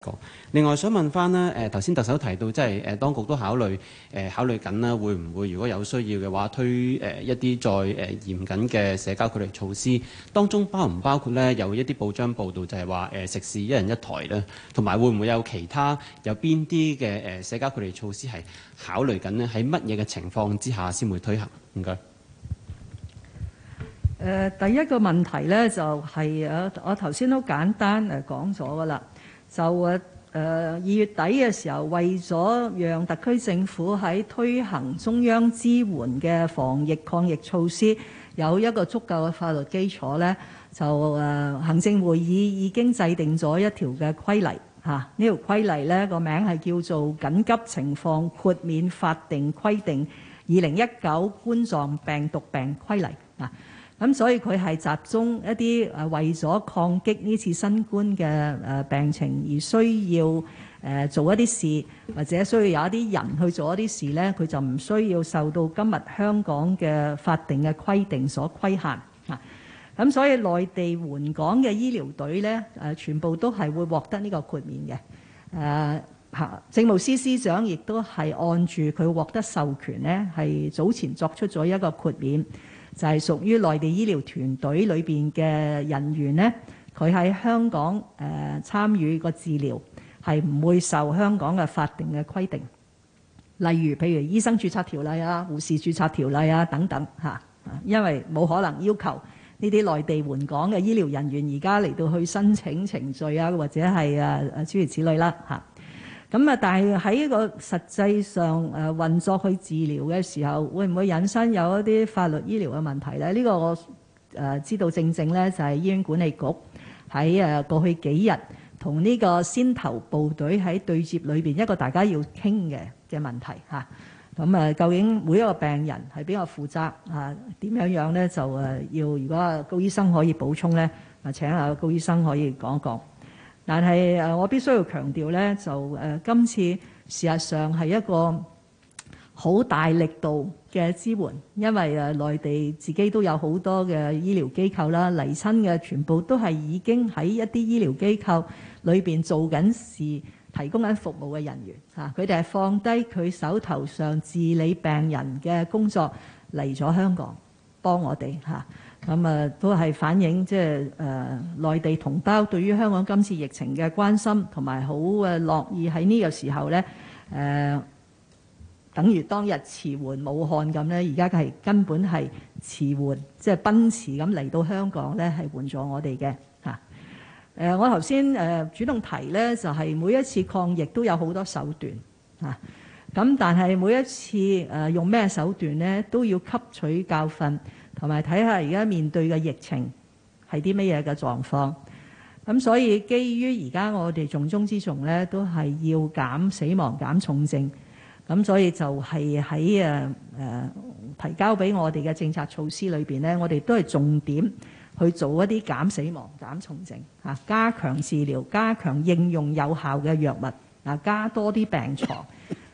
另外想問翻咧，頭先特首提到即係當局都考慮緊啦，會唔會如果有需要嘅話推一啲再嚴謹嘅社交距離措施？當中包唔包括咧有一啲報章報道就係話食肆一人一台咧，同埋會唔會有其他有邊啲嘅社交距離措施係考慮緊呢？喺乜嘢嘅情況之下先會推行？唔該。 第一個問題咧就係我頭先都簡單講咗噶啦。就2月底嘅時候，為咗讓特區政府喺推行中央支援嘅防疫抗疫措施有一個足夠嘅法律基礎呢，就行政會議已經制定咗一條嘅規例嚇。呢條規例呢個名係叫做緊急情況豁免法定規定2019冠狀病毒病規例啊。咁所以佢係集中一啲為咗抗擊呢次新冠嘅病情而需要做一啲事，或者需要有一啲人去做一啲事呢，佢就唔需要受到今日香港嘅法定嘅規定所規限嚇。咁所以內地援港嘅醫療隊呢，全部都係會獲得呢個豁免嘅。政務司司長亦都係按住佢獲得授權呢，係早前作出咗一個豁免。就係屬於內地醫療團隊裏邊嘅人員呢，佢喺香港參與個治療係唔會受香港嘅法定嘅規定，例如譬如醫生註冊條例啊、護士註冊條例啊等等嚇，因為冇可能要求呢啲內地援港嘅醫療人員而家嚟到去申請程序啊，或者係諸如此類啦嚇。咁但係喺個實際上運作去治療嘅時候，會唔會引申有一啲法律醫療嘅問題咧？呢個我知道正咧就係醫院管理局喺過去幾日同呢個先頭部隊喺對接裏邊一個大家要傾嘅問題嚇。咁究竟每一個病人係邊個負責啊？點樣咧就要如果高醫生可以補充咧，請高醫生可以講一講。但係我必須要強調咧，就今次事實上係一個好大力度嘅支援，因為內地自己都有好多嘅醫療機構啦，嚟親嘅全部都係已經喺一啲醫療機構裏邊做緊事、提供緊服務嘅人員嚇，佢哋係放低佢手頭上治理病人嘅工作嚟咗香港幫我哋嚇。咁都係反映即係內地同胞對於香港今次疫情嘅關心，同埋好樂意喺呢個時候咧等於當日馳援武漢咁咧，而家係根本係馳援，即係奔馳咁嚟到香港咧，係援助我哋嘅嚇。我頭先主動提咧，就係每一次抗疫都有好多手段嚇，咁但係每一次用咩手段咧，都要吸取教訓。同埋睇下而家面對嘅疫情係啲乜嘢嘅狀況，咁所以基於而家我哋重中之重咧，都係要減死亡、減重症，咁所以就係喺提交俾我哋嘅政策措施裏邊咧，我哋都係重點去做一啲減死亡、減重症嚇，加強治療、加強應用有效嘅藥物啊，加多啲病床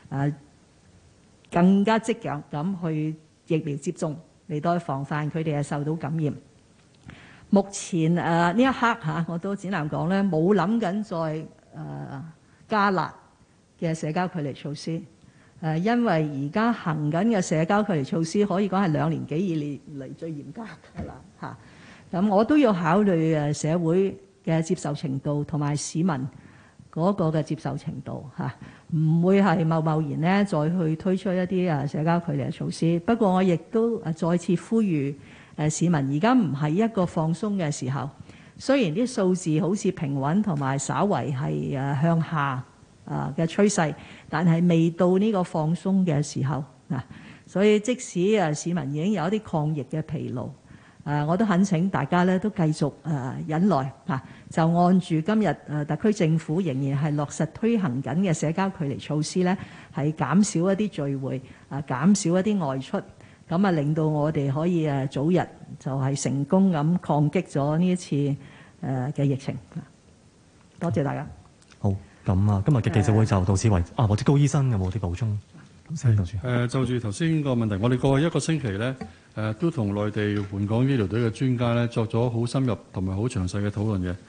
更加積極咁去疫苗接種。嚟到防範佢哋係受到感染。目前呢一刻我都只能講咧，冇諗緊再加辣嘅社交距離措施。因為而家行緊嘅社交距離措施可以講係2年幾以嚟最嚴格㗎啦嚇。咁我都要考慮社會嘅接受程度同埋市民嗰個嘅接受程度嚇，唔會係貿然咧再去推出一啲社交距離嘅措施。不過我亦都再次呼籲市民，而家唔係一個放鬆嘅時候。雖然啲數字好似平穩同埋稍為係向下嘅趨勢，但係未到呢個放鬆嘅時候嗱。所以即使市民已經有一啲抗疫嘅疲勞，我都懇請大家咧都繼續忍耐嚇，就按住今日特區政府仍然係落實推行緊嘅社交距離措施咧，係減少一啲聚會，減少一啲外出，咁令到我哋可以早日就係成功咁抗擊咗呢一次嘅疫情。多謝大家。 好，咁今日嘅記者會就到此為止。或者高醫生有冇啲補充？ 就住頭先個問題，我哋過去一個星期咧，都同內地援港醫療隊嘅專家咧作咗好深入同埋好詳細嘅討論嘅。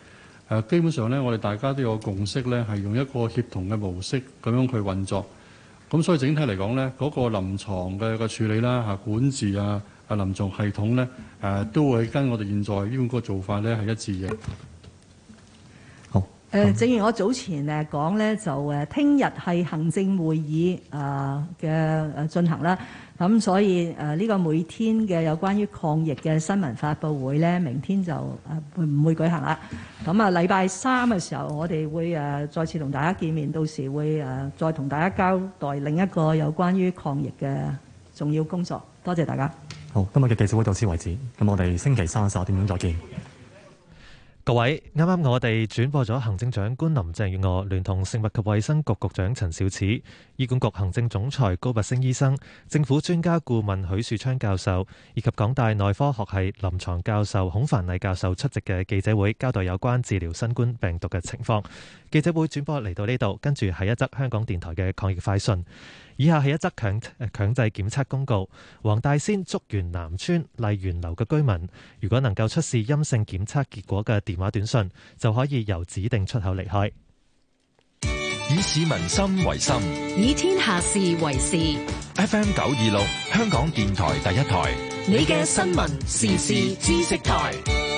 基本上咧，我哋大家都有共識咧，係用一個協同嘅模式咁樣去運作。咁所以整體嚟講咧，嗰個臨床嘅處理啦、管治啊、臨床系統咧，都會跟我哋現在醫管局個做法咧係一致嘅。 好。 正如我早前講咧，就聽日係行政會議嘅進行啦。咁所以呢個每天嘅有關於抗疫嘅新聞發佈會咧，明天就唔會舉行啦。咁禮拜三嘅時候，我哋會再次同大家見面，到時會再同大家交代另一個有關於抗疫嘅重要工作。多謝大家。 好，今日嘅記者會到此為止。咁我哋星期三11點鐘再見。 各位，啱啱我哋轉播咗行政長官林鄭月娥聯同食物及衛生局局長陳肇始、醫管局行政總裁高拔陞醫生、政府專家顧問許樹昌教授以及港大內科學系臨床教授孔凡毅教授出席嘅記者會，交代有關治療新冠病毒嘅情況。記者會轉播嚟到呢度，跟住係一則香港電台嘅抗疫快訊。以下係一則強制檢測公告。黃大仙竹園南村麗園樓嘅居民，如果能夠出示陰性檢測結果嘅電話短訊，就可以由指定出口離開。 以市民心為心， 以天下事為事。 FM 926，香港電台第一台， 你嘅新聞時事知識台。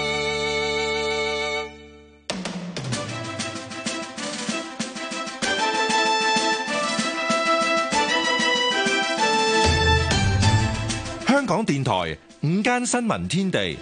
香港電台午間新聞天地，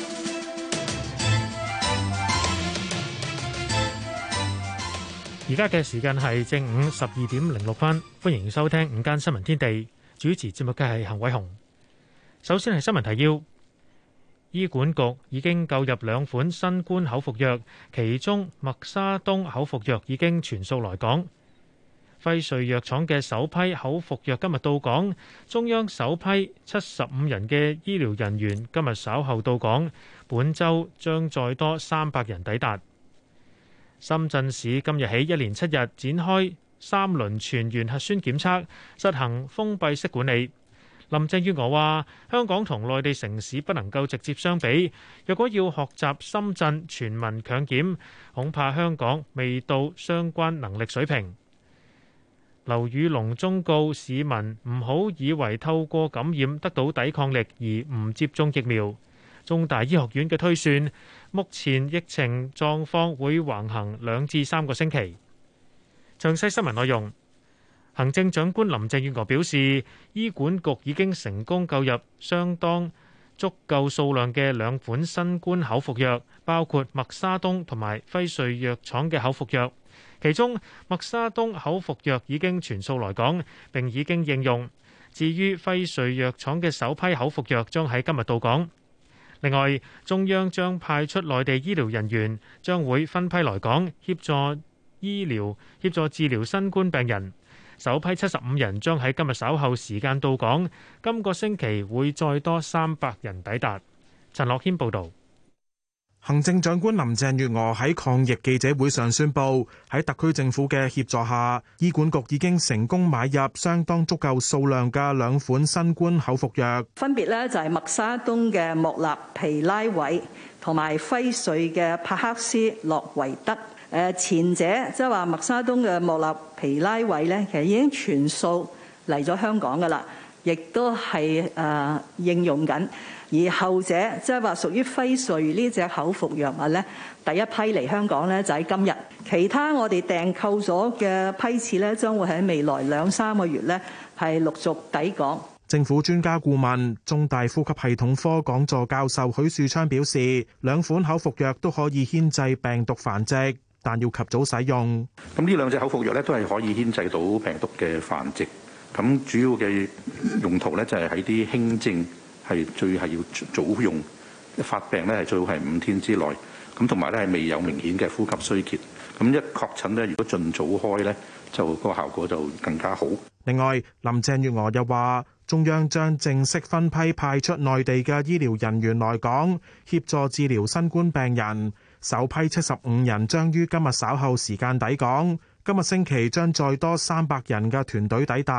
而家嘅時間係正午12:06，歡迎收聽午間新聞天地。主持節目嘅係陳偉雄。首先係新聞提要：醫管局已經購入2款新冠口服藥，其中默沙東口服藥已經全數來港。輝瑞藥廠嘅首批口服藥今日到港，中央首批75人嘅醫療人員今日稍後到港，本週將再多300人抵達。深圳市今日起1連7日展開3輪全員核酸檢測，實行封閉式管理。林鄭月娥話：香港同內地城市不能夠直接相比，若果要學習深圳全民強檢，恐怕香港未到相關能力水平。劉宇龍忠告市民唔好以為透過感染得到抵抗力而唔接種疫苗。中大醫學院嘅推算，目前疫情狀況會橫行2至3個星期。詳細新聞內容，行政長官林鄭月娥表示，醫管局已經成功購入相當足夠數量嘅2款新冠口服藥，包括默沙東同埋輝瑞藥廠嘅口服藥。其中默沙東口服藥已經全數來港，並已經應用。至於輝瑞藥廠嘅首批口服藥將喺今日到港。另外，中央將派出內地醫療人員，將會分批來港協助治療新冠病人。首批75人將喺今日稍後時間到港，今個星期會再多300人抵達。陳樂軒報導。 行政長官林鄭月娥喺抗疫記者會上宣布，喺特區政府嘅協助下，醫管局已經成功買入相當足夠數量嘅2款新冠口服藥， 分別咧就係默沙東嘅莫納皮拉韋同埋輝瑞嘅帕克斯洛維德。前者即係話默沙東嘅莫納皮拉韋咧，其實已經全數嚟咗香港噶啦，亦都係應用緊。而後者即係話屬於輝瑞呢隻口服藥物咧，第一批嚟香港咧就喺今日，其他我哋訂購咗嘅批次咧，將會喺未來2-3個月咧係陸續抵港。 政府專家顧問、中大呼吸系統科講座教授許樹昌表示，2款口服藥都可以牽制病毒繁殖，但要及早使用。 咁呢2隻口服藥咧都係可以牽制到病毒嘅繁殖。咁主要嘅用途咧就係喺啲輕症。最係要早用，發病咧係最好係5天之內，咁同埋咧係未有明顯嘅呼吸衰竭，咁一確診咧，如果盡早開咧，就個效果就更加好。 另外，林鄭月娥又話，中央將正式分批派出內地嘅醫療人員來港協助治療新冠病人，首批75人將於今日稍後時間抵港，今日星期將再多300人嘅團隊抵達。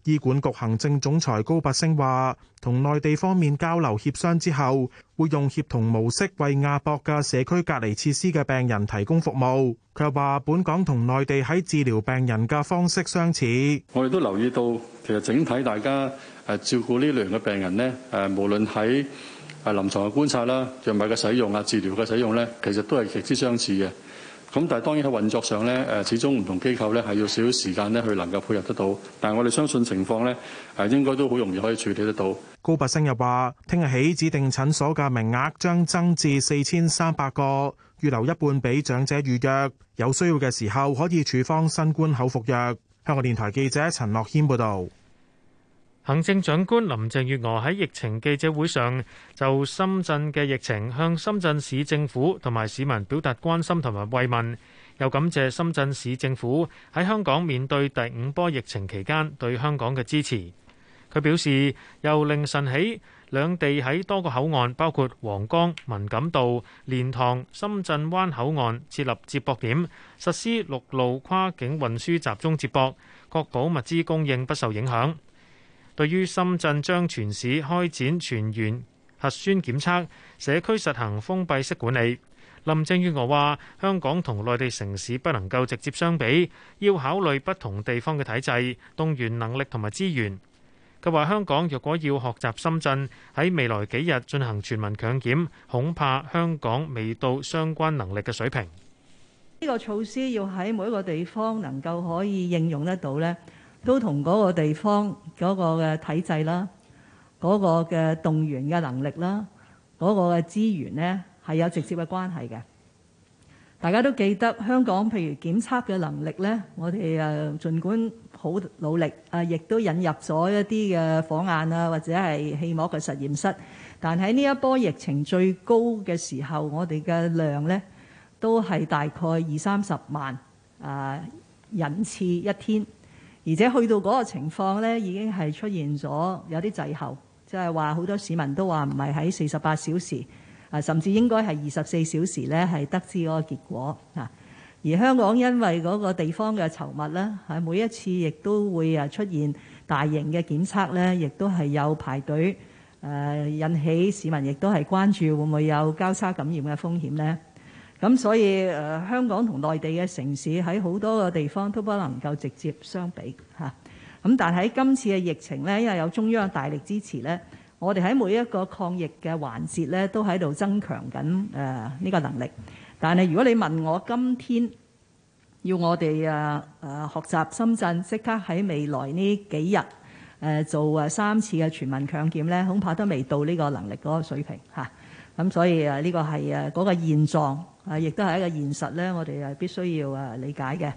醫管局行政總裁高拔陞話，同內地方面交流協商之後，會用協同模式為亞博嘅社區隔離設施嘅病人提供服務。佢又話，本港同內地喺治療病人嘅方式相似。 我哋都留意到，其實整體大家照顧呢類型嘅病人呢，無論喺臨床嘅觀察啦、藥物嘅使用啊、治療嘅使用呢，其實都係極之相似嘅。咁但係當然喺運作上咧，始終唔同機構咧係要少少時間咧去能夠配合得到。但係我哋相信情況咧，應該都好容易可以處理得到。 高拔陞又話，聽日起指定診所嘅名額將增至4300個，預留一半俾長者預約，有需要嘅時候可以處方新冠口服藥。香港電台記者陳樂軒報導。 行政長官林鄭月娥喺疫情記者會上就深圳嘅疫情向深圳市政府同埋市民表達關心同埋慰問，又感謝深圳市政府喺香港面對第5波疫情期間對香港嘅支持。佢表示，由凌晨起，兩地喺多個口岸，包括皇崗、文錦渡、蓮塘、深圳灣口岸設立接駁點，實施陸路跨境運輸集中接駁，確保物資供應不受影響。對於深圳將全市開展全員核酸檢測，社區實行封閉式管理，林鄭月娥話：香港同內地城市不能夠直接相比，要考慮不同地方嘅體制、動員能力同埋資源。佢話：香港若果要學習深圳喺未來幾日進行全民強檢，恐怕香港未到相關能力嘅水平。 呢個措施要喺每一個地方能夠可以應用得到呢，都同嗰個地方嗰個嘅體制啦，嗰個嘅動員嘅能力啦，嗰個嘅資源呢係有直接嘅關係嘅。大家都記得香港譬如檢測嘅能力呢，我哋儘管好努力亦都引入咗一啲嘅火眼啊或者係氣膜嘅實驗室，但喺呢一波疫情最高嘅時候，我哋嘅量呢都係大概20-30萬人次一天。而且去到嗰個情況呢，已經係出現咗有啲滯後，即係話好多市民都話唔係喺48小時，甚至應該係24小時呢係得知嗰個結果。而香港因為嗰個地方嘅稠密呢，係每一次亦都會出現大型嘅檢測呢，亦都係有排隊，引起市民亦都係關注會唔會有交叉感染嘅風險呢。咁所以香港同內地嘅城市喺好多個地方都不能夠直接相比嚇。咁但喺今次嘅疫情呢，因為有中央大力支持呢，我哋喺每一個抗疫嘅環節呢，都喺度增強緊呢個能力。但係如果你問我今天要我哋學習深圳，即刻喺未來呢幾日做3次嘅全民強檢呢，恐怕都未到呢個能力嗰個水平嚇。咁所以呢個係嗰個現狀，亦都係一個現實呢，我哋必須要理解嘅。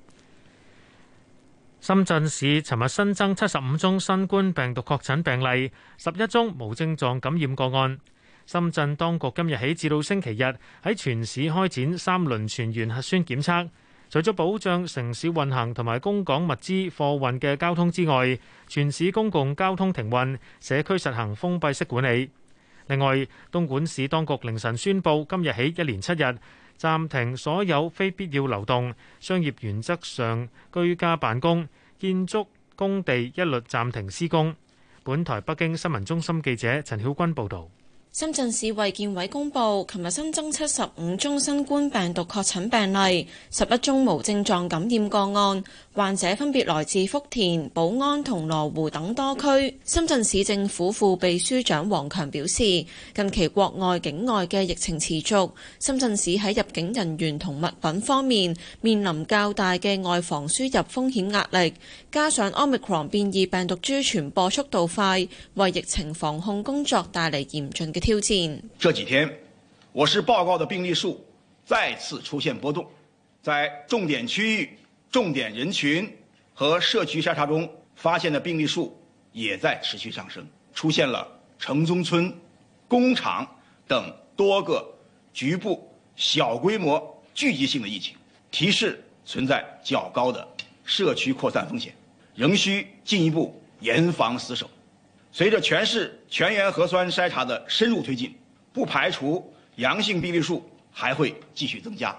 深圳市尋日新增75宗新冠病毒確診病例，11宗無症狀感染個案。深圳當局今日起至到星期日喺全市開展3輪全員核酸檢測，除咗保障城市運行同埋供港物資貨運嘅交通之外，全市公共交通停運，社區實行封閉式管理。另外，東莞市當局凌晨宣布，今日起一連7日暫停所有非必要流動，商業原則上居家辦公，建築工地一律暫停施工。本台北京新聞中心記者陳曉君報導。 深圳市衛健委公布，琴日新增75宗新冠病毒確診病例，11宗無症狀感染個案，患者分別來自福田、寶安同羅湖等多區。深圳市政府副秘書長王強表示，近期國外境外嘅疫情持續，深圳市喺入境人員同物品方面面臨較大嘅外防輸入風險壓力，加上 Omicron 變異病毒株傳播速度快，為疫情防控工作帶嚟嚴峻嘅挑戰。 這幾天，我市報告的病例數再次出現波動，在重點區域、重點人群和社區篩查中發現的病例數也在持續上升，出現了城中村、工廠等多個局部小規模聚集性的疫情，提示存在較高的社區擴散風險，仍需進一步嚴防死守。隨着全市全員核酸篩查的深入推進，不排除陽性病例數還會繼續增加。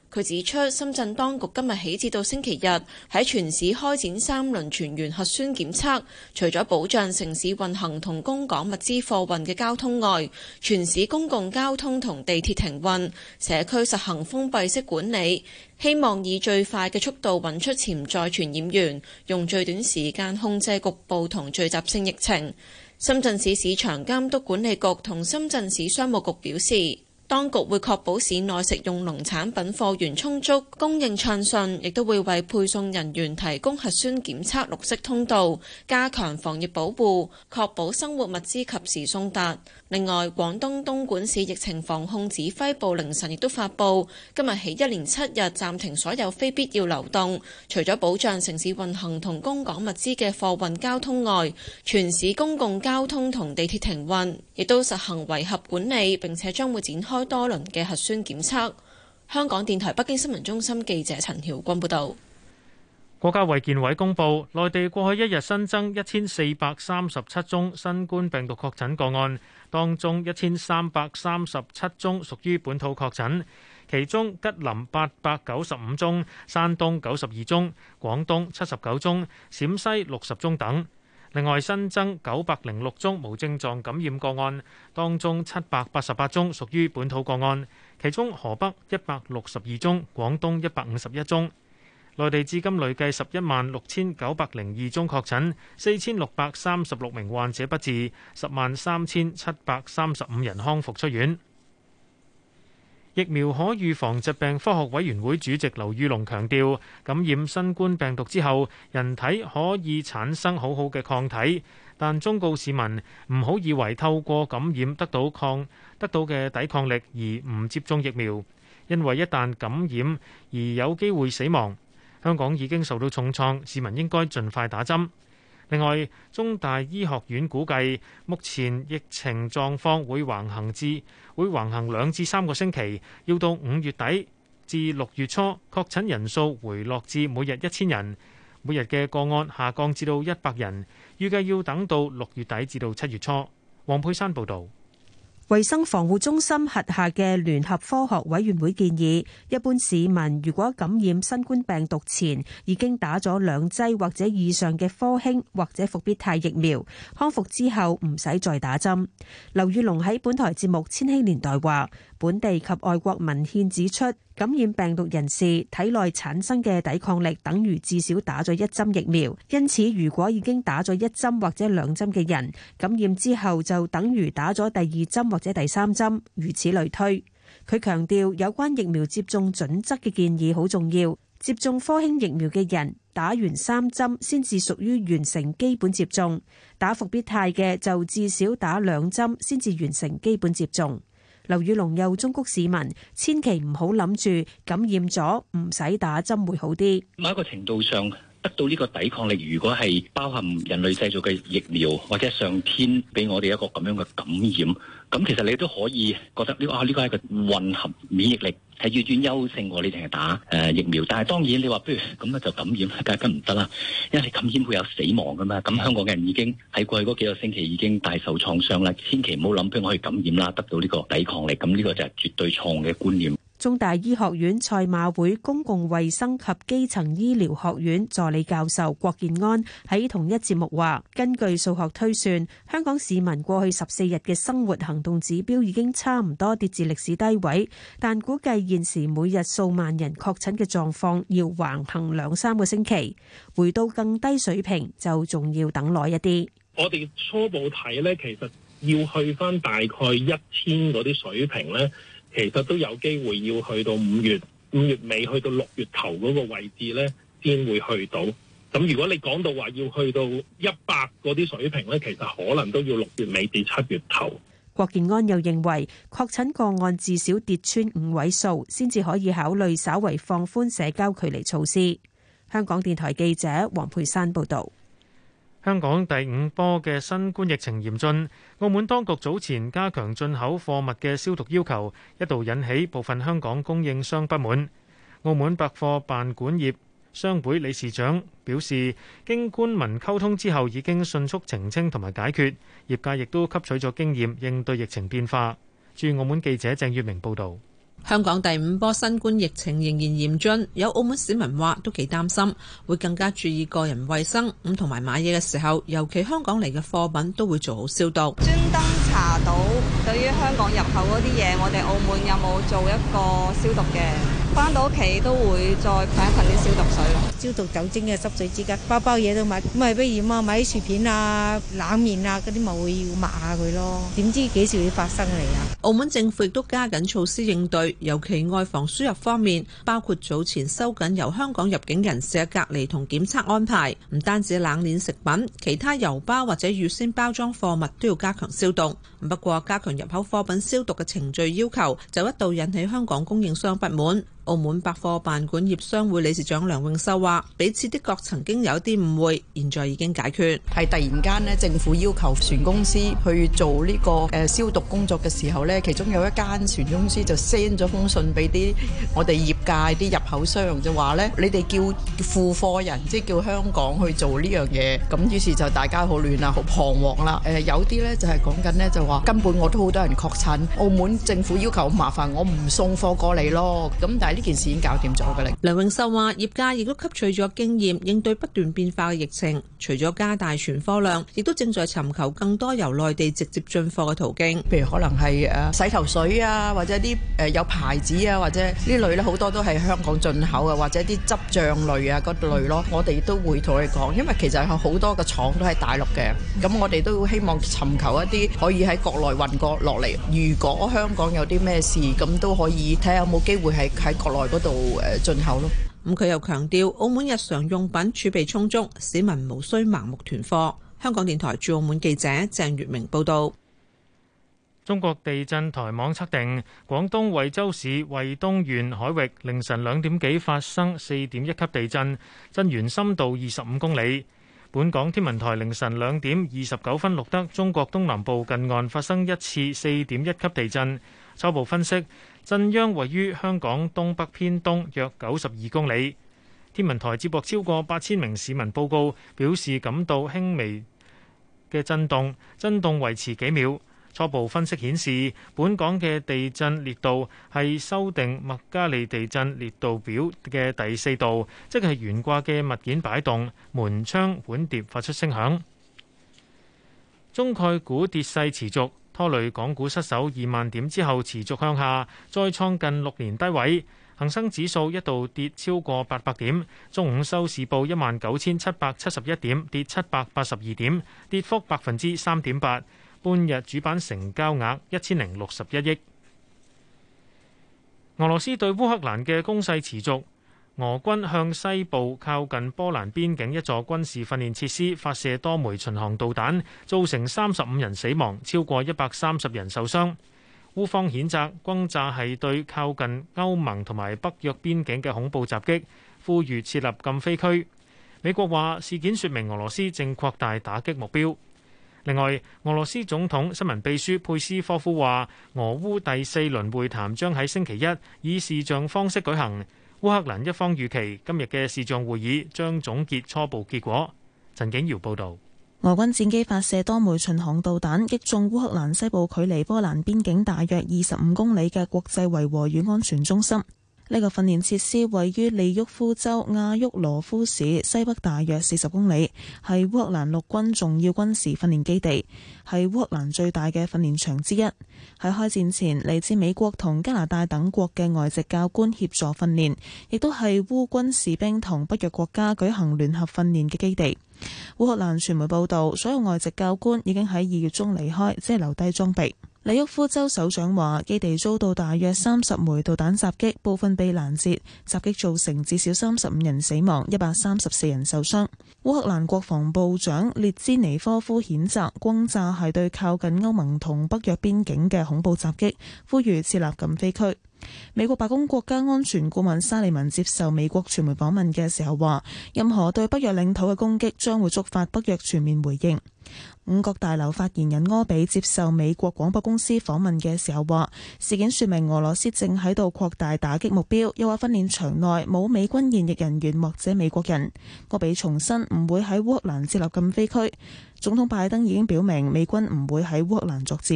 佢指出，深圳當局今日起至到星期日喺全市開展3輪全員核酸檢測，除咗保障城市運行同供港物資貨運嘅交通外，全市公共交通同地鐵停運，社區實行封閉式管理，希望以最快嘅速度揾出潛在傳染源，用最短時間控制局部同聚集性疫情。深圳市市場監督管理局同深圳市商務局表示，當局會確保市內食用農產品貨源充足、供應暢順，亦都會為配送人員提供核酸檢測綠色通道，加強防疫保護，確保生活物資及時送達。另外，廣東東莞市疫情防控指揮部凌晨亦都發布，今日起1連7日暫停所有非必要流動，除咗保障城市運行同供港物資嘅貨運交通外，全市公共交通同地鐵停運，亦都實行圍合管理，並且將會展開多輪嘅核酸檢測。香港電台北京新聞中心記者陳曉君報導。 國家衛健委公布，內地過去一日新增1437宗新冠病毒確診個案，當中1337宗屬於本土確診，其中吉林895宗、山東92宗、廣東79宗、陝西60宗等。另外新增906宗無症狀感染個案，當中788宗屬於本土個案，其中河北162宗、廣東151宗。內地至今累計116902宗確診，4636名患者不治，103,735人康復出院。疫苗可預防疾病科學委員會主席劉宇龍強調，感染新冠病毒之後，人體可以產生好好嘅抗體，但忠告市民唔好以為透過感染得到嘅抵抗力而唔接種疫苗，因為一旦感染而有機會死亡。香港已經受到重創，市民應該盡快打針。另外，中大醫學院估計，目前疫情狀況會橫行2至3個星期，要到5月底至6月初，確診人數回落至每日1000人，每日嘅個案下降至到100人，預計要等到6月底至到7月初。黃佩珊報導。 衛生防護中心轄下嘅聯合科學委員會建議，一般市民如果感染新冠病毒前已經打咗2劑或者以上嘅科興或者復必泰疫苗，康復之後唔使再打針。劉宇龍喺本台節目《千禧年代》話，本地及外國文獻指出，感染病毒人士體內產生嘅抵抗力等於至少打咗1針疫苗，因此如果已經打咗1針或者2針嘅人，感染之後就等於打咗第2針或者第3針，如此類推。佢強調有關疫苗接種準則嘅建議好重要，接種科興疫苗嘅人打完3針先至屬於完成基本接種，打復必泰嘅就至少打2針先至完成基本接種。劉宇龍又忠告市民千祈唔好諗住感染咗唔使打針會好啲。 某一個程度上得到呢個抵抗力，如果係包含人類製造嘅疫苗或者上天俾我哋一個咁樣嘅感染，咁其實你都可以覺得呢個係一個混合免疫力，係越轉優勝過你淨係打疫苗。但係當然你話不如咁樣就感染，梗係唔得啦，因為你感染會有死亡噶嘛。咁香港嘅人已經喺過去嗰幾個星期已經大受創傷啦，千祈唔好諗俾我去感染啦，得到呢個抵抗力。咁呢個就係絕對錯誤嘅觀念。 中大醫學院賽馬會公共衛生及基層醫療學院助理教授郭建安喺同一節目話，根據數學推算，香港市民過去14日嘅生活行動指標已經差唔多跌至歷史低位，但估計現時每日數萬人確診嘅狀況要橫行2-3個星期，回到更低水平就仲要等耐一啲。 我哋初步睇呢，其實要去翻大概1000嗰啲水平呢，其實都有機會要去到5月尾去到6月頭嗰個位置呢，先會去到。咁如果你講到話要去到100嗰啲水平呢，其實可能都要6月尾至7月頭。 郭建安又認為，確診個案至少跌穿5位數，先至可以考慮稍為放寬社交距離措施。香港電台記者黃佩珊報導。 香港第5波嘅新冠疫情嚴峻，澳門當局早前加強進口貨物嘅消毒要求，一度引起部分香港供應商不滿。澳門百貨辦館業商會理事長表示，經官民溝通之後已經迅速澄清同埋解決，業界亦都吸取咗經驗應對疫情變化。駐澳門記者鄭月明報導。 香港第5波新冠疫情仍然嚴峻，有澳門市民話都幾擔心，會更加注意個人衛生，同埋買嘢嘅時候，尤其香港嚟嘅貨品都會做好消毒。 專登查到對於香港入口嗰啲嘢，我哋澳門有冇做一個消毒嘅？返到屋企都會再噴一噴啲消毒水咯， 消毒酒精嘅濕水紙巾，包包嘢都買，咁咪不如買啲薯片啊、冷麵啊嗰啲咪會要抹下佢咯。點知幾時會發生嚟啊？ 澳門政府亦都加緊措施應對，尤其外防輸入方面，包括早前收緊由香港入境人士嘅隔離同檢測安排，唔單止冷鏈食品，其他郵包或者預先包裝貨物都要加強消毒。不過，加強入口貨品消毒嘅程序要求就一度引起香港供應商不滿。澳門百貨辦館業商會理事長梁永秀話：彼此的確曾經有啲誤會，現在已經解決。 係突然間呢，政府要求船公司去做呢個消毒工作嘅時候呢，其中有一間船公司就 send 咗封信俾啲我哋業界啲入口商，就話呢：你哋叫付貨人，即係叫香港去做呢樣嘢。咁於是就大家好亂啦，好彷徨啦。有啲呢就係講緊呢，就話根本我都好多人確診，澳門政府要求麻煩我唔送貨過嚟咯。咁但係呢件事已經搞掂咗㗎啦。 梁永秀話：業界亦都吸取咗經驗，應對不斷變化嘅疫情，除咗加大存貨量，亦都正在尋求更多由內地直接進貨嘅途徑。 譬如可能係洗頭水啊，或者啲有牌子啊，或者呢類咧好多都係香港進口啊，或者啲汁醬類啊嗰類咯。我哋都會同佢講，因為其實有好多嘅廠都喺大陸嘅，咁我哋都希望尋求一啲可以喺國內運過落嚟。如果香港有啲咩事，咁都可以睇下有冇機會喺國內嗰度進口咯。 咁佢又強調，澳門日常用品儲備充足，市民無需盲目囤貨。香港電台駐澳門記者鄭月明報導。 中國地震台網測定，廣東惠州市惠東縣海域凌晨2點幾發生4.1級地震，震源深度25公里。本港天文台凌晨2點29分錄得中國東南部近岸發生一次4.1級地震，初步分析震央位於香港東北偏東約92公里。天文台接獲超過8000名市民報告，表示感到輕微嘅震動，震動維持幾秒。初步分析顯示，本港嘅地震烈度係修訂麥加利地震烈度表嘅第4度，即係懸掛嘅物件擺動，門窗碗碟發出聲響。中概股跌勢持續，拖累港股失守2萬點之後持續向下，再創近6年低位。恒生指數一度跌超過800點，中午收市報19,771點，跌782點，跌幅3.8%。半日主板成交額1061億。俄羅斯對烏克蘭嘅攻勢持續，俄軍向西部靠近波蘭邊境一座軍事訓練設施發射多枚巡航導彈，造成35人死亡，超過130人受傷。烏方譴責轟炸係對靠近歐盟同埋北約邊境嘅恐怖襲擊，呼籲設立禁飛區。美國話事件說明俄羅斯正擴大打擊目標。另外，俄羅斯總統新聞秘書佩斯科夫話，俄烏第4輪會談將喺星期一以視像方式舉行。烏克蘭一方預期今日嘅視像會議將總結初步結果。陳景堯報導。 俄軍戰機發射多枚巡航導彈，擊中烏克蘭西部距離波蘭邊境大約25公里嘅國際維和與安全中心。呢個訓練設施位於利沃夫州亞沃羅夫市西北大約40公里，係烏克蘭陸軍重要軍事訓練基地，係烏克蘭最大嘅訓練場之一。喺開戰前，嚟自美國同加拿大等國嘅外籍教官協助訓練，亦都係烏軍士兵同北約國家舉行聯合訓練嘅基地。烏克蘭傳媒報道，所有外籍教官已經喺2月中離開，只係留低裝備。利沃夫州首長話，基地遭到大約30枚導彈襲擊，部分被攔截，襲擊造成至少35人死亡，134人受傷。烏克蘭國防部長列茲尼科夫譴責轟炸係對靠近歐盟同北約邊境嘅恐怖襲擊，呼籲設立禁飛區。美國白宮國家安全顧問沙利文接受美國傳媒訪問嘅時候話，任何對北約領土嘅攻擊將會觸發北約全面回應。五角大樓發言人柯比接受美國廣播公司訪問嘅時候話，事件說明俄羅斯正喺度擴大打擊目標，又話訓練場內冇美軍現役人員或者美國人。柯比重申唔會喺烏克蘭設立禁飛區。總統拜登已經表明美軍唔會喺烏克蘭作戰。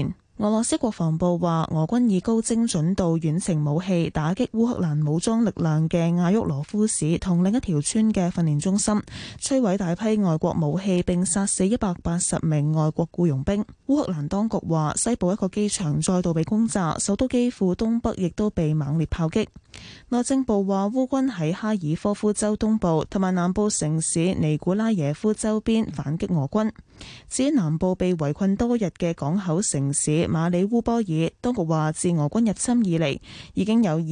俄羅斯國防部話，俄軍以高精準度遠程武器打擊烏克蘭武裝力量嘅亞沃羅夫市同另一條村嘅訓練中心，摧毀大批外國武器並殺死180名外國僱傭兵。烏克蘭當局話，西部一個機場再度被攻炸，首都基輔東北亦都被猛烈炮擊。內政部話，烏軍喺哈爾科夫州東部同埋南部城市尼古拉耶夫周邊反擊俄軍。至於南部被圍困多日嘅港口城市馬里烏波爾，當局話自俄軍入侵以嚟，已經有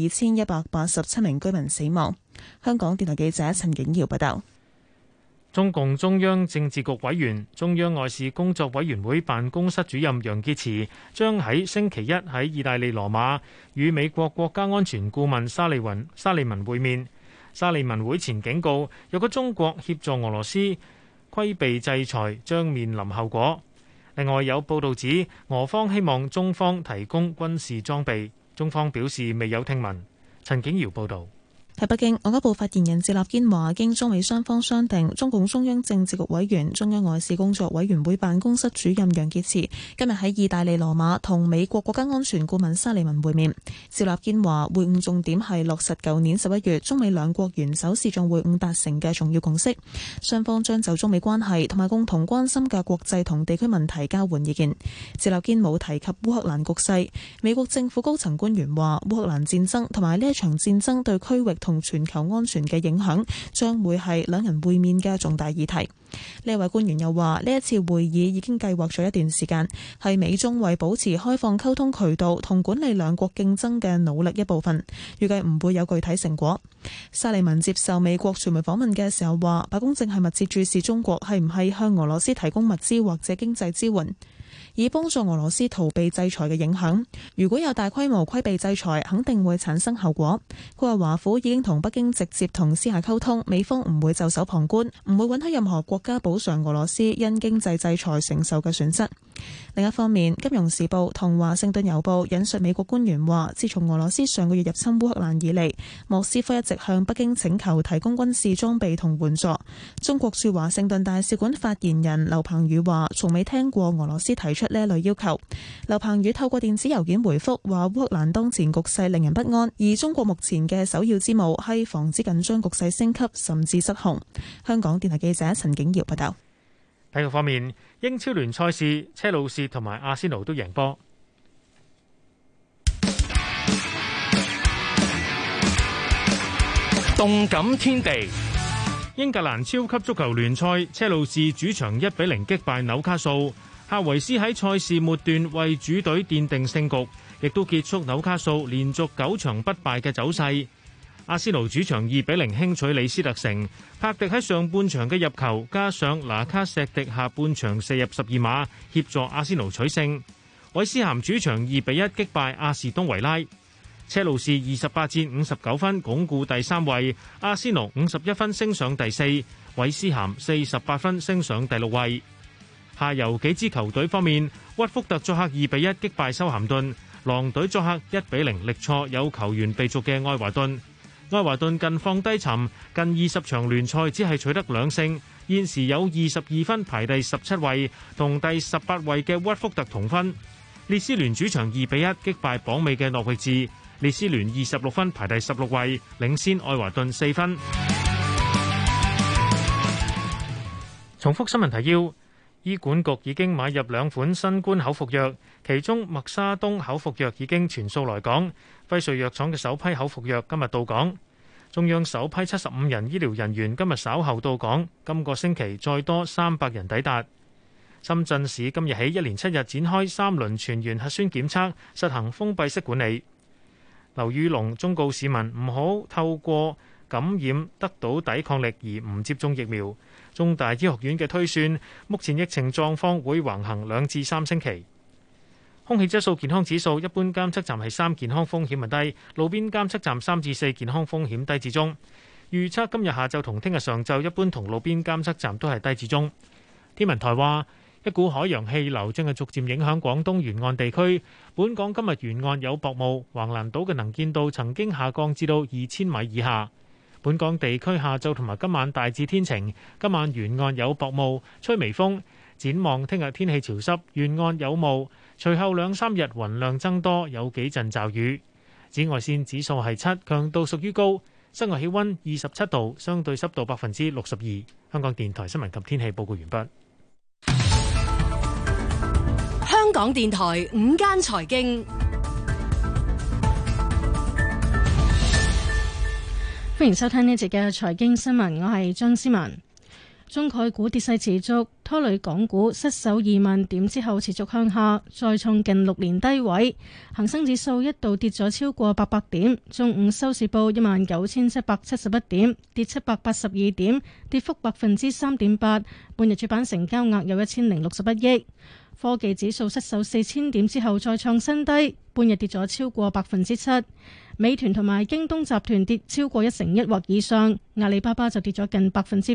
2187名居民死亡。香港電台記者陳景堯報道。 中共中央政治局委員、中央外事工作委員會辦公室主任楊潔篪將喺星期一喺意大利羅馬與美國國家安全顧問沙利文會面。沙利文會前警告，若果中國協助俄羅斯規避制裁，將面臨後果。另外有報道指，俄方希望中方提供軍事裝備，中方表示未有聽聞。陳景堯報導。 喺北京，外交部發言人趙立堅話，經中美雙方商定，中共中央政治局委員、中央外事工作委員會辦公室主任楊潔篪今日喺意大利羅馬同美國國家安全顧問沙利文會面。趙立堅話，會晤重點係落實舊年11月中美兩國元首視像會晤達成嘅重要共識，雙方將就中美關係同埋共同關心嘅國際同地區問題交換意見。趙立堅冇提及烏克蘭局勢。美國政府高層官員話，烏克蘭戰爭同埋呢一場戰爭對區域同全球安全嘅影響將會係兩人會面嘅重大議題。呢位官員又話，呢一次會議已經計劃咗一段時間，係美中為保持開放溝通渠道同管理兩國競爭嘅努力一部分，預計唔會有具體成果。沙利文接受美國傳媒訪問嘅時候話，白宮正係密切注視中國係唔係向俄羅斯提供物資或者經濟支援，以幫助俄羅斯逃避制裁嘅影響。如果有大規模規避制裁，肯定會產生後果。佢話華府已經同北京直接同私下溝通，美方唔會袖手旁觀，唔會允許任何國家補償俄羅斯因經濟制裁承受嘅損失。另一方面，《金融時報》同《華盛頓郵報》引述美國官員話，自從俄羅斯上個月入侵烏克蘭以嚟，莫斯科一直向北京請求提供軍事裝備同援助。中國駐華盛頓大使館發言人劉鵬宇話，從未聽過俄羅斯提出呢一類要求。劉鵬宇透過電子郵件回覆話，烏克蘭當前局勢令人不安，而中國目前嘅首要之務係防止緊張局勢升級甚至失控。香港電台記者陳景堯報道。 體育方面，英超聯賽事，車路士同埋阿仙奴都贏波。 動感天地， 英格蘭超級足球聯賽，車路士主場1-0擊敗紐卡素。夏維斯喺賽事末段為主隊奠定勝局，亦都結束紐卡素連續9場不敗嘅走勢。阿仙奴主場2-0輕取李斯特城，柏迪喺上半場嘅入球，加上拿卡錫迪下半場射入12碼，協助阿仙奴取勝。韋斯咸主場2-1擊敗阿士東維拉。車路士28戰59分鞏固第3位，阿仙奴51分升上第4，韋斯咸48分升上第6位。下游幾支球隊方面，屈福特作客2-1擊敗修咸頓，狼隊作客1-0力挫有球員被逐嘅愛華頓。愛華頓近況低沉，近20場聯賽只係取得2勝，現時有22分排第17位，同第18位嘅屈福特同分。列斯聯主場2-1擊敗榜尾嘅諾域治，列斯聯26分排第16位，領先愛華頓4分。重複新聞提要。醫管局已經買入2款新冠口服藥，其中默沙東口服藥已經全數來港，輝瑞藥廠嘅首批口服藥今日到港。中央首批75人醫療人員今日稍後到港，今個星期再多300人抵達。深圳市今日起1連7日展開3輪全員核酸檢測，實行封閉式管理。劉宇龍忠告市民唔好透過感染得到抵抗力而唔接種疫苗。中大醫學院嘅推算，目前疫情狀況會橫行2至3星期。空氣質素健康指數，一般監測站係3，健康風險係低；路邊監測站3至4，健康風險低至中。預測今日下晝同聽日上晝，一般同路邊監測站都係低至中。天文台話，一股海洋氣流正係逐漸影響廣東沿岸地區。本港今日沿岸有薄霧，橫瀾島嘅能見度曾經下降至到2000米以下。本港地區下晝同埋今晚大致天晴，今晚沿岸有薄霧，吹微風。 展望聽日天氣潮濕，沿岸有霧，隨後兩三日雲量增多，有幾陣驟雨。紫外線指數係7，強度屬於高。室外氣溫27度，相對濕度62%。香港電台新聞及天氣報告完畢。 香港電台午間財經， 歡迎收聽呢節嘅財經新聞，我係張思文。中概股跌勢持續，拖累港股失守2萬點之後持續向下，再創近6年低位。恒生指數一度跌咗超過800點，中午收市報19,771點，跌782點，跌幅3.8%。半日主板成交額有1061億。科技指數失守4000點之後再創新低，半日跌咗超過7%。美團同埋京東集團跌超過1成1或以上，阿里巴巴就跌咗近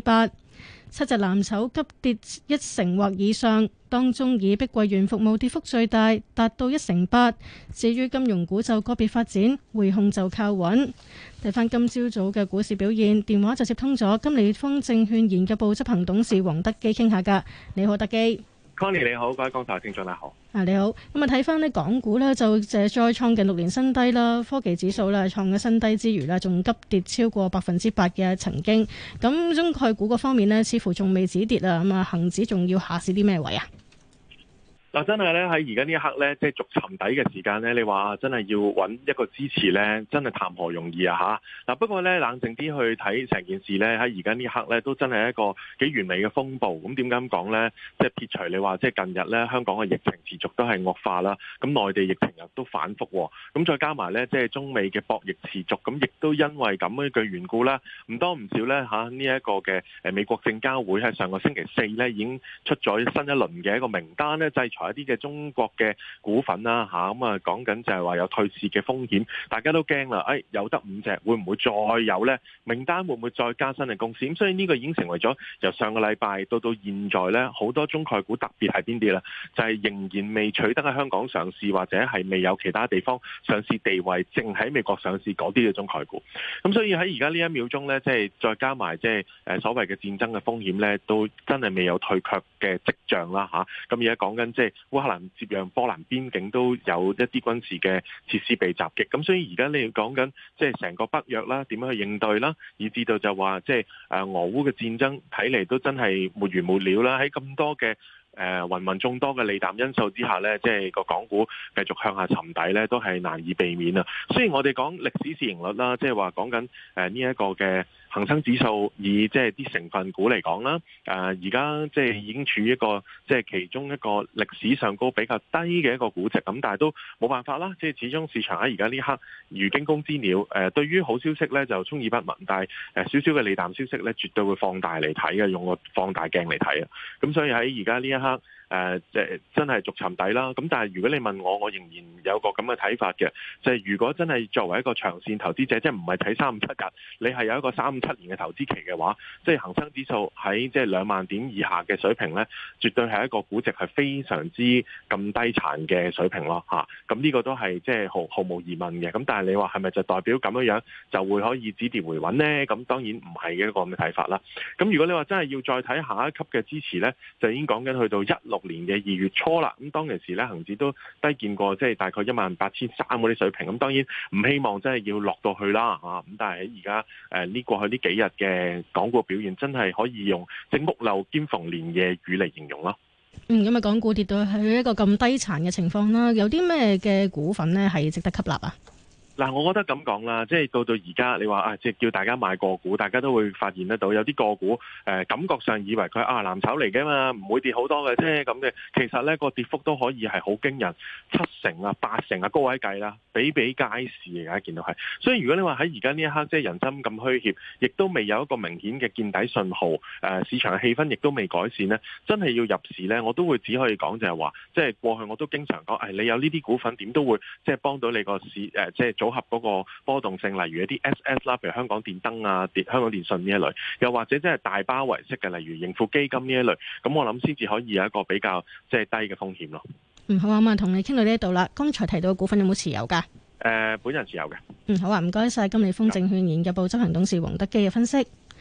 8%。7隻藍籌急跌1成或以上，當中以碧桂園服務跌幅最大，達到1.8%。至於金融股就個別發展，匯控就靠穩。睇返今朝早嘅股市表現，電話就接通咗金利豐證券研究部執行董事黃德基傾下㗎。你好，德基。 Connie 你好，各位港台聽眾你好。 你好。咁啊睇翻呢港股呢，就再創近6年新低啦。科技指數咧創咗新低之餘呢，仲急跌超過8%嘅曾經。咁中概股嗰方面呢，似乎仲未止跌啊。咁啊，恒指仲要下試啲咩位啊？ 嗱，真係咧喺而家呢一刻咧，即係逐尋底嘅時間咧，你話真係要揾一個支持咧，真係談何容易啊嚇！嗱，不過咧冷靜啲去睇成件事咧，喺而家呢一刻咧，都真係一個幾完美嘅風暴。咁點解咁講咧？即係撇除你話即係近日咧香港嘅疫情持續都係惡化啦，咁內地疫情又都反覆，咁再加埋咧即係中美嘅博弈持續，咁亦都因為咁樣嘅緣故啦，唔多唔少咧嚇呢一個嘅美國證交會喺上個星期4咧已經出咗新一輪嘅一個名單咧，制裁一啲嘅中國嘅股份啦嚇，咁啊講緊就係話有退市嘅風險，大家都驚啦，有得5隻，會唔會再有呢？名單會唔會再加新嘅公司？咁所以呢個已經成為咗由上個禮拜到現在呢，好多中概股特別係邊啲啦？就係仍然未取得喺香港上市或者係未有其他地方上市地位，淨喺美國上市嗰啲嘅中概股。咁所以喺而家呢一秒鐘呢，即係再加埋即係所謂嘅戰爭嘅風險呢，都真係未有退卻嘅跡象啦嚇。咁而家講緊即係烏克蘭接壤波蘭邊境都有一啲軍事嘅設施被襲擊，咁所以而家你講緊即係成個北約啦，點樣去應對啦，以至到就話即係俄烏嘅戰爭睇嚟都真係沒完沒了啦。喺咁多嘅芸芸眾多嘅利淡因素之下呢，即係個港股繼續向下沉底呢，都係難以避免啊。雖然我哋講歷史市盈率啦，即係話講緊呢一個嘅恒生指數，以即係啲成分股嚟講啦，而家即係已經處於一個即係其中一個歷史上高比較低嘅一個估值，咁但係都冇辦法啦。即係始終市場喺而家呢刻如驚弓之鳥，對於好消息呢就充耳不聞，但係少少嘅利淡消息呢絕對會放大嚟睇嘅，用個放大鏡嚟睇啊。咁所以喺而家呢一刻，即係真係逐尋底啦。咁但係如果你問我仍然有個咁嘅睇法嘅，就係如果真係作為一個長線投資者，即係唔係睇3-5-7日，你係有一個3-5-7年嘅投資期嘅話，即係恒生指數喺即係2萬點以下嘅水平呢，絕對係一個估值係非常之咁低殘嘅水平咯嚇。咁呢個都係即係毫無疑問嘅。咁但係你話係咪就代表咁樣就會可以止跌回穩呢？咁當然唔係嘅一個咁嘅睇法啦。咁如果你話真係要再睇下一級嘅支持呢，就已經講緊去到16年嘅2月初啦。咁當其時咧，恒指都低見過即係大概18,300嗰啲水平。咁當然唔希望真係要落到去啦嚇。咁但係喺而家呢過去呢幾日嘅港股表現，真係可以用即屋漏兼逢連夜雨嚟形容咯。 咁啊，港股跌到去一個咁低殘嘅情況啦，有啲咩嘅股份呢係值得吸納啊？ 嗱，我覺得咁講啦，即係到而家，你話即係叫大家買個股，大家都會發現得到有啲個股感覺上以為佢藍籌嚟嘅嘛，唔會跌好多嘅啫咁嘅。其實呢個跌幅都可以係好驚人，7成8成高位計啦，比比皆是而家見到係。所以如果你話喺而家呢一刻即係人心咁虛怯，亦都未有一個明顯嘅見底信號，市場嘅氣氛亦都未改善呢，真係要入市呢，我都會只可以講就係話，即係過去我都經常講，你有呢啲股份點都會即係幫到你個市即係組合嗰個波動性，例如一啲 SS 啦，譬如香港電燈啊、香港電訊呢一類，又或者即係大包圍式嘅，例如盈富基金呢一類，咁我諗先至可以有一個比較即係低嘅風險咯。 好啊，咁同你傾到呢一度啦。剛才提到嘅股份有冇持有㗎？ 本人持有嘅。 好啊，唔該晒。金利豐證券研究部執行董事黃德基嘅分析。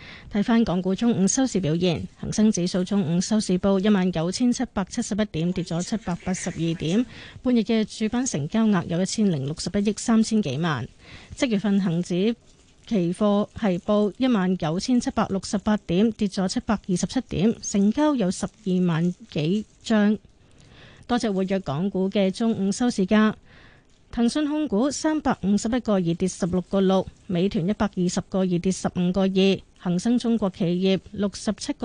睇返港股中午收市表現，恒生指數中午收市報19,771點，跌咗782點。半日嘅主板成交額有1061億3000幾萬。即月份恒指期貨係報19,768點，跌咗727點，成交有12萬幾張。多隻活躍港股嘅中午收市價。騰訊控股351個2跌16個6，美團120個2跌15個2，恒生中國企業67個